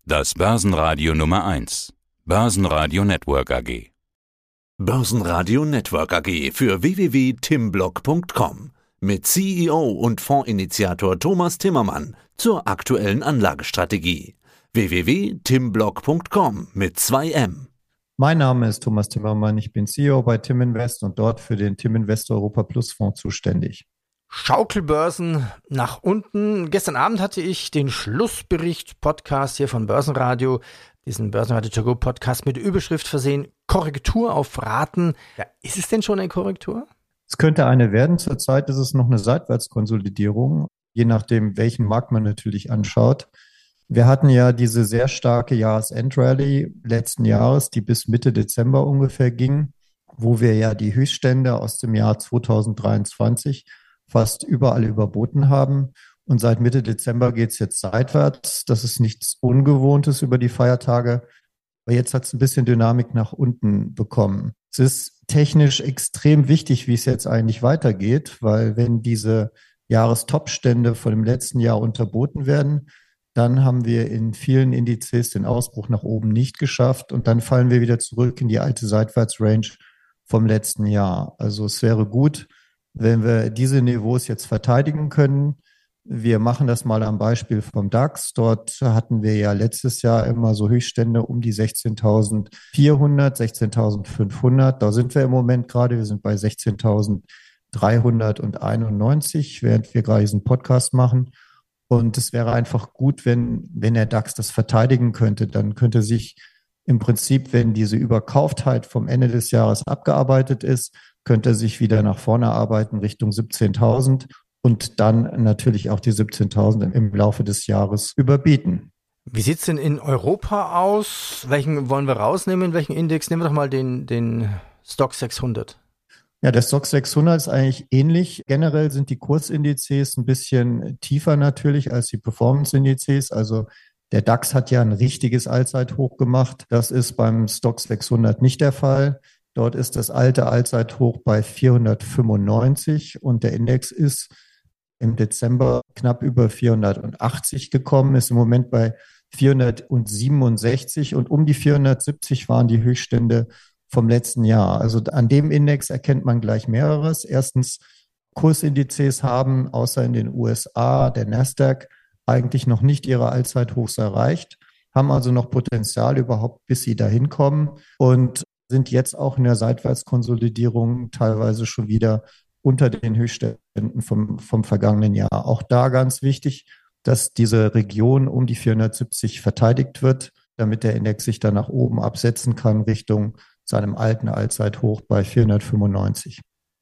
Das Börsenradio Nummer 1. Börsenradio Network AG. Börsenradio Network AG für www.timblock.com mit CEO und Fondsinitiator Thomas Timmermann zur aktuellen Anlagestrategie. www.timblock.com mit 2M. Mein Name ist Thomas Timmermann, ich bin CEO bei Tim Invest und dort für den Tim Invest Europa Plus Fonds zuständig. Schaukelbörsen nach unten. Gestern Abend hatte ich den Schlussbericht-Podcast hier von Börsenradio, diesen Börsenradio To Go Podcast mit Überschrift versehen, Korrektur auf Raten. Ja, ist es denn schon eine Korrektur? Es könnte eine werden. Zurzeit ist es noch eine Seitwärtskonsolidierung, je nachdem, welchen Markt man natürlich anschaut. Wir hatten ja diese sehr starke Jahresendrallye letzten Jahres, die bis Mitte Dezember ungefähr ging, wo wir ja die Höchststände aus dem Jahr 2023 fast überall überboten haben. Und seit Mitte Dezember geht es jetzt seitwärts. Das ist nichts Ungewohntes über die Feiertage. Aber jetzt hat es ein bisschen Dynamik nach unten bekommen. Es ist technisch extrem wichtig, wie es jetzt eigentlich weitergeht, weil wenn diese Jahrestopstände von dem letzten Jahr unterboten werden, dann haben wir in vielen Indizes den Ausbruch nach oben nicht geschafft und dann fallen wir wieder zurück in die alte Seitwärtsrange vom letzten Jahr. Also es wäre gut, wenn wir diese Niveaus jetzt verteidigen können. Wir machen das mal am Beispiel vom DAX. Dort hatten wir ja letztes Jahr immer so Höchststände um die 16.400, 16.500. Da sind wir im Moment gerade. Wir sind bei 16.391, während wir gerade diesen Podcast machen. Und es wäre einfach gut, wenn der DAX das verteidigen könnte. Dann könnte sich im Prinzip, wenn diese Überkauftheit vom Ende des Jahres abgearbeitet ist, könnte sich wieder nach vorne arbeiten Richtung 17.000 und dann natürlich auch die 17.000 im Laufe des Jahres überbieten. Wie sieht es denn in Europa aus? Welchen wollen wir rausnehmen? Welchen Index? Nehmen wir doch mal den Stoxx 600. Ja, der Stoxx 600 ist eigentlich ähnlich. Generell sind die Kursindizes ein bisschen tiefer natürlich als die Performance-Indizes. Also der DAX hat ja ein richtiges Allzeithoch gemacht. Das ist beim Stoxx 600 nicht der Fall. Dort ist das alte Allzeithoch bei 495 und der Index ist im Dezember knapp über 480 gekommen, ist im Moment bei 467 und um die 470 waren die Höchststände vom letzten Jahr. Also an dem Index erkennt man gleich mehreres. Erstens, Kursindizes haben außer in den USA, der Nasdaq, eigentlich noch nicht ihre Allzeithochs erreicht, haben also noch Potenzial überhaupt, bis sie dahin kommen und sind jetzt auch in der Seitwärtskonsolidierung teilweise schon wieder unter den Höchstständen vom vergangenen Jahr. Auch da ganz wichtig, dass diese Region um die 470 verteidigt wird, damit der Index sich dann nach oben absetzen kann Richtung seinem alten Allzeithoch bei 495.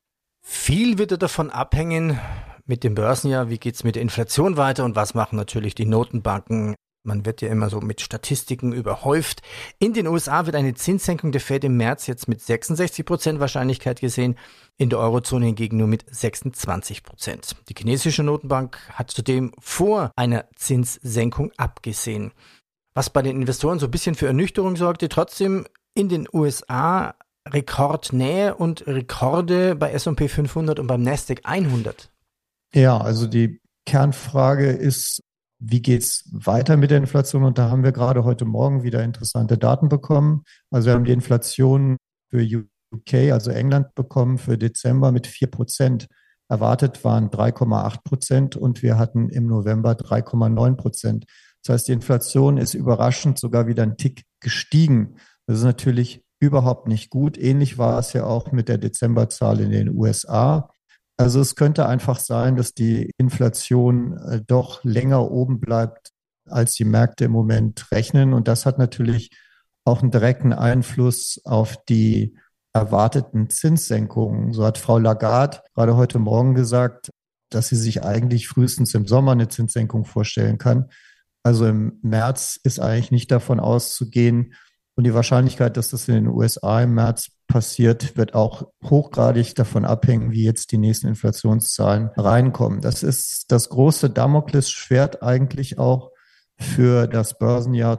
Viel wird davon abhängen mit dem Börsenjahr. Wie geht es mit der Inflation weiter und was machen natürlich die Notenbanken? Man wird ja immer so mit Statistiken überhäuft. In den USA wird eine Zinssenkung der Fed im März jetzt mit 66% Wahrscheinlichkeit gesehen, in der Eurozone hingegen nur mit 26%. Die chinesische Notenbank hat zudem vor einer Zinssenkung abgesehen. Was bei den Investoren so ein bisschen für Ernüchterung sorgte, trotzdem in den USA Rekordnähe und Rekorde bei S&P 500 und beim Nasdaq 100. Ja, also die Kernfrage ist, wie geht's weiter mit der Inflation? Und da haben wir gerade heute Morgen wieder interessante Daten bekommen. Also wir haben die Inflation für UK, also England, bekommen für Dezember mit 4%. Erwartet waren 3,8% und wir hatten im November 3,9%. Das heißt, die Inflation ist überraschend sogar wieder einen Tick gestiegen. Das ist natürlich überhaupt nicht gut. Ähnlich war es ja auch mit der Dezemberzahl in den USA. Also es könnte einfach sein, dass die Inflation doch länger oben bleibt, als die Märkte im Moment rechnen. Und das hat natürlich auch einen direkten Einfluss auf die erwarteten Zinssenkungen. So hat Frau Lagarde gerade heute Morgen gesagt, dass sie sich eigentlich frühestens im Sommer eine Zinssenkung vorstellen kann. Also im März ist eigentlich nicht davon auszugehen. Und die Wahrscheinlichkeit, dass das in den USA im März passiert, wird auch hochgradig davon abhängen, wie jetzt die nächsten Inflationszahlen reinkommen. Das ist das große Damoklesschwert eigentlich auch für das Börsenjahr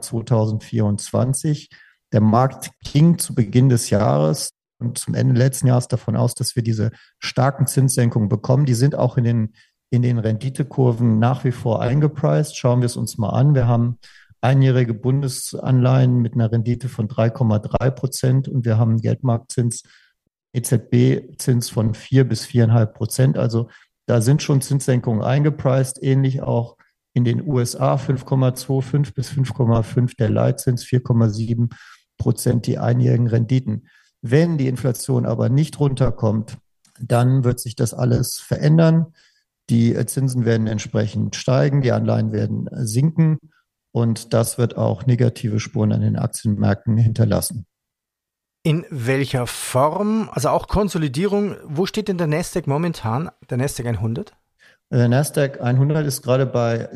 2024. Der Markt ging zu Beginn des Jahres und zum Ende letzten Jahres davon aus, dass wir diese starken Zinssenkungen bekommen. Die sind auch in den Renditekurven nach wie vor eingepreist. Schauen wir es uns mal an. Wir haben einjährige Bundesanleihen mit einer Rendite von 3,3% und wir haben einen Geldmarktzins, EZB-Zins von 4 bis 4,5%. Also da sind schon Zinssenkungen eingepreist, ähnlich auch in den USA 5,25 bis 5,5 der Leitzins, 4,7% die einjährigen Renditen. Wenn die Inflation aber nicht runterkommt, dann wird sich das alles verändern. Die Zinsen werden entsprechend steigen, die Anleihen werden sinken und das wird auch negative Spuren an den Aktienmärkten hinterlassen. In welcher Form, also auch Konsolidierung, wo steht denn der Nasdaq momentan, der Nasdaq 100? Der Nasdaq 100 ist gerade bei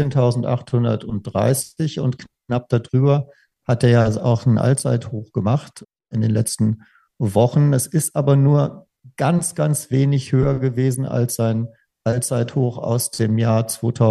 16.830 und knapp darüber hat er ja auch einen Allzeithoch gemacht in den letzten Wochen. Es ist aber nur ganz, ganz wenig höher gewesen als sein Allzeithoch aus dem Jahr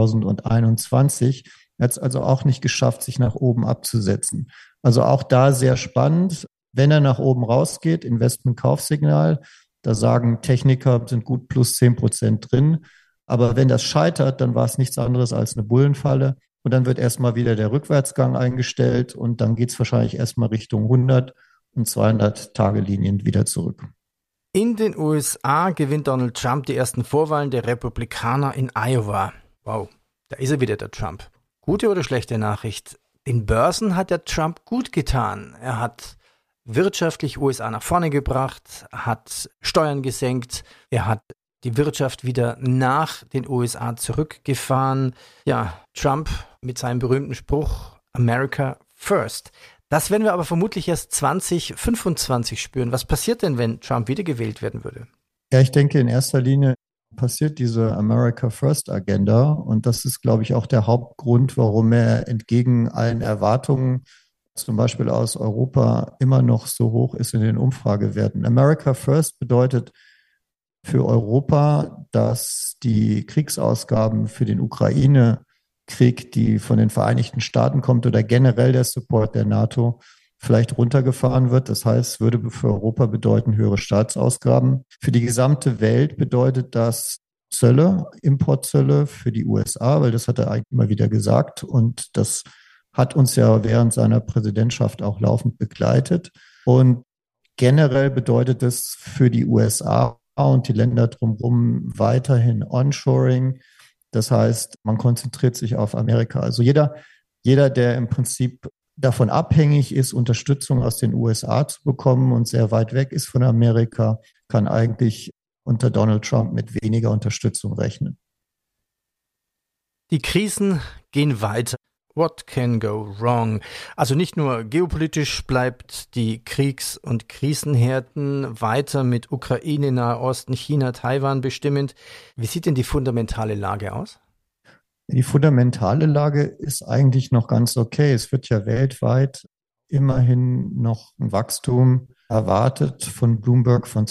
2021. Er hat es also auch nicht geschafft, sich nach oben abzusetzen. Also auch da sehr spannend. Wenn er nach oben rausgeht, Investment-Kaufsignal, da sagen Techniker, sind gut plus 10% drin. Aber wenn das scheitert, dann war es nichts anderes als eine Bullenfalle. Und dann wird erstmal wieder der Rückwärtsgang eingestellt und dann geht es wahrscheinlich erstmal Richtung 100 und 200-Tage-Linien wieder zurück. In den USA gewinnt Donald Trump die ersten Vorwahlen der Republikaner in Iowa. Wow, da ist er wieder, der Trump. Gute oder schlechte Nachricht? Den Börsen hat der Trump gut getan. Er hat wirtschaftlich USA nach vorne gebracht, hat Steuern gesenkt, er hat die Wirtschaft wieder nach den USA zurückgefahren. Ja, Trump mit seinem berühmten Spruch America First. Das werden wir aber vermutlich erst 2025 spüren. Was passiert denn, wenn Trump wiedergewählt werden würde? Ja, ich denke, in erster Linie passiert diese America First Agenda und das ist, glaube ich, auch der Hauptgrund, warum er entgegen allen Erwartungen zum Beispiel aus Europa immer noch so hoch ist in den Umfragewerten. America First bedeutet für Europa, dass die Kriegsausgaben für den Ukraine-Krieg, die von den Vereinigten Staaten kommt oder generell der Support der NATO, vielleicht runtergefahren wird. Das heißt, würde für Europa bedeuten höhere Staatsausgaben. Für die gesamte Welt bedeutet das Zölle, Importzölle für die USA, weil das hat er eigentlich immer wieder gesagt und das hat uns ja während seiner Präsidentschaft auch laufend begleitet. Und generell bedeutet es für die USA und die Länder drumherum weiterhin Onshoring. Das heißt, man konzentriert sich auf Amerika. Also jeder, der im Prinzip davon abhängig ist, Unterstützung aus den USA zu bekommen und sehr weit weg ist von Amerika, kann eigentlich unter Donald Trump mit weniger Unterstützung rechnen. Die Krisen gehen weiter. What can go wrong? Also nicht nur geopolitisch bleibt die Kriegs- und Krisenherden weiter mit Ukraine, Nahosten, China, Taiwan bestimmend. Wie sieht denn die fundamentale Lage aus? Die fundamentale Lage ist eigentlich noch ganz okay. Es wird ja weltweit immerhin noch ein Wachstum erwartet von Bloomberg von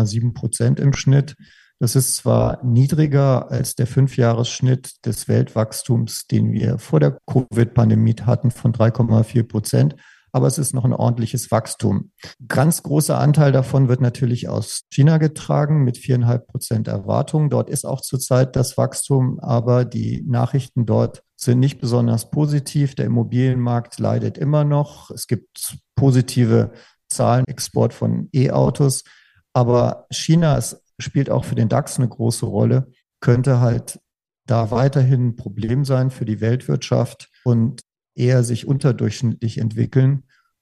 2,7% im Schnitt. Das ist zwar niedriger als der 5-Jahres-Schnitt des Weltwachstums, den wir vor der Covid-Pandemie hatten, von 3,4%, aber es ist noch ein ordentliches Wachstum. Ganz großer Anteil davon wird natürlich aus China getragen mit 4,5% Erwartung. Dort ist auch zurzeit das Wachstum, aber die Nachrichten dort sind nicht besonders positiv. Der Immobilienmarkt leidet immer noch. Es gibt positive Zahlen, Export von E-Autos, aber China spielt auch für den DAX eine große Rolle, könnte halt da weiterhin ein Problem sein für die Weltwirtschaft und eher sich unterdurchschnittlich entwickeln.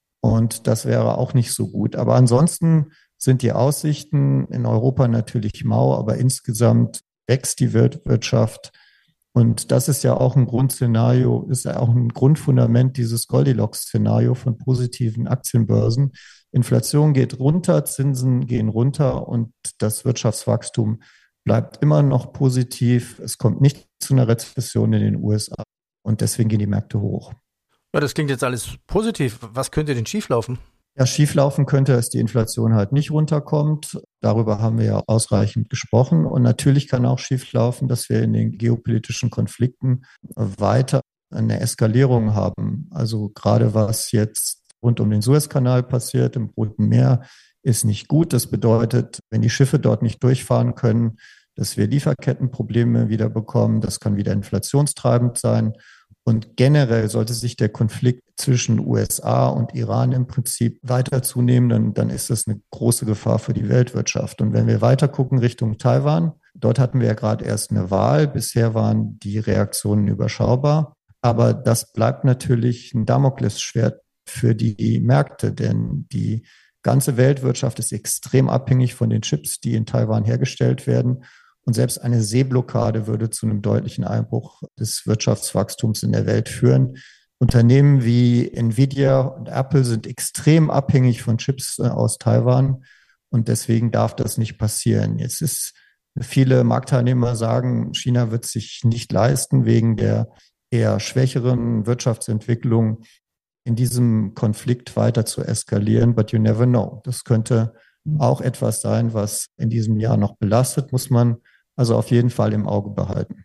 Und das wäre auch nicht so gut. Aber ansonsten sind die Aussichten in Europa natürlich mau, aber insgesamt wächst die Weltwirtschaft. Und das ist ja auch ein Grundszenario, ist ja auch ein Grundfundament dieses Goldilocks-Szenario von positiven Aktienbörsen. Inflation geht runter, Zinsen gehen runter und das Wirtschaftswachstum bleibt immer noch positiv. Es kommt nicht zu einer Rezession in den USA und deswegen gehen die Märkte hoch. Ja, das klingt jetzt alles positiv. Was könnte denn schieflaufen? Ja, schieflaufen könnte, dass die Inflation halt nicht runterkommt. Darüber haben wir ja ausreichend gesprochen. Und natürlich kann auch schieflaufen, dass wir in den geopolitischen Konflikten weiter eine Eskalierung haben. Also gerade was jetzt rund um den Suezkanal passiert, im Roten Meer, ist nicht gut. Das bedeutet, wenn die Schiffe dort nicht durchfahren können, dass wir Lieferkettenprobleme wieder bekommen. Das kann wieder inflationstreibend sein. Und generell sollte sich der Konflikt zwischen USA und Iran im Prinzip weiter zunehmen, dann ist das eine große Gefahr für die Weltwirtschaft. Und wenn wir weiter gucken Richtung Taiwan, dort hatten wir ja gerade erst eine Wahl. Bisher waren die Reaktionen überschaubar. Aber das bleibt natürlich ein Damoklesschwert für die Märkte, denn die ganze Weltwirtschaft ist extrem abhängig von den Chips, die in Taiwan hergestellt werden. Und selbst eine Seeblockade würde zu einem deutlichen Einbruch des Wirtschaftswachstums in der Welt führen. Unternehmen wie Nvidia und Apple sind extrem abhängig von Chips aus Taiwan. Und deswegen darf das nicht passieren. Viele Marktteilnehmer sagen, China wird sich nicht leisten, wegen der eher schwächeren Wirtschaftsentwicklung in diesem Konflikt weiter zu eskalieren. But you never know. Das könnte auch etwas sein, was in diesem Jahr noch belastet, muss man also auf jeden Fall im Auge behalten.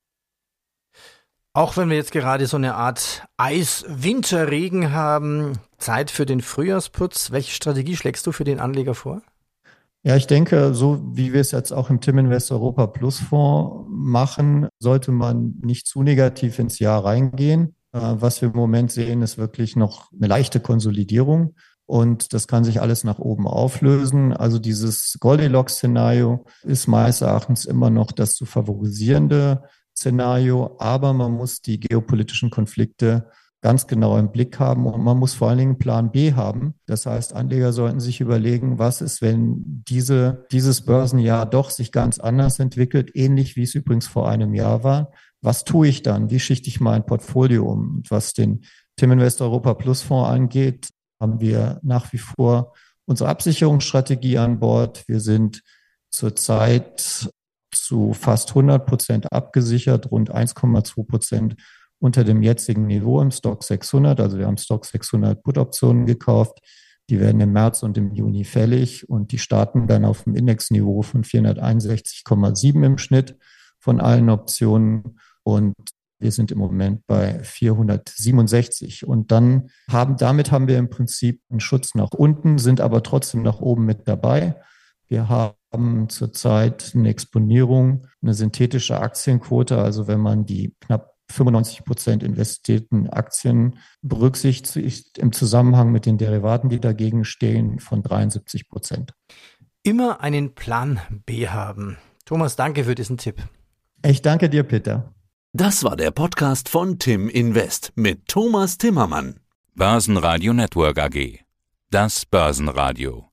Auch wenn wir jetzt gerade so eine Art Eis-Winterregen haben, Zeit für den Frühjahrsputz. Welche Strategie schlägst du für den Anleger vor? Ja, ich denke, so wie wir es jetzt auch im Tim Invest Europa Plus Fonds machen, sollte man nicht zu negativ ins Jahr reingehen. Was wir im Moment sehen, ist wirklich noch eine leichte Konsolidierung. Und das kann sich alles nach oben auflösen. Also dieses Goldilocks-Szenario ist meines Erachtens immer noch das zu favorisierende Szenario. Aber man muss die geopolitischen Konflikte ganz genau im Blick haben und man muss vor allen Dingen einen Plan B haben. Das heißt, Anleger sollten sich überlegen, was ist, wenn dieses Börsenjahr doch sich ganz anders entwickelt, ähnlich wie es übrigens vor einem Jahr war. Was tue ich dann? Wie schichte ich mein Portfolio um? Und was den Tim Invest Europa Plus Fonds angeht, haben wir nach wie vor unsere Absicherungsstrategie an Bord. Wir sind zurzeit zu fast 100% abgesichert, rund 1,2% unter dem jetzigen Niveau im Stock 600. Also wir haben Stock 600 Put-Optionen gekauft. Die werden im März und im Juni fällig und die starten dann auf dem Indexniveau von 461,7 im Schnitt von allen Optionen. Und wir sind im Moment bei 467 und damit haben wir im Prinzip einen Schutz nach unten, sind aber trotzdem nach oben mit dabei. Wir haben zurzeit eine Exponierung, eine synthetische Aktienquote, also wenn man die knapp 95% investierten Aktien berücksichtigt im Zusammenhang mit den Derivaten, die dagegen stehen, von 73%. Immer einen Plan B haben. Thomas, danke für diesen Tipp. Ich danke dir, Peter. Das war der Podcast von Tim Invest mit Thomas Timmermann. Börsenradio Network AG. Das Börsenradio.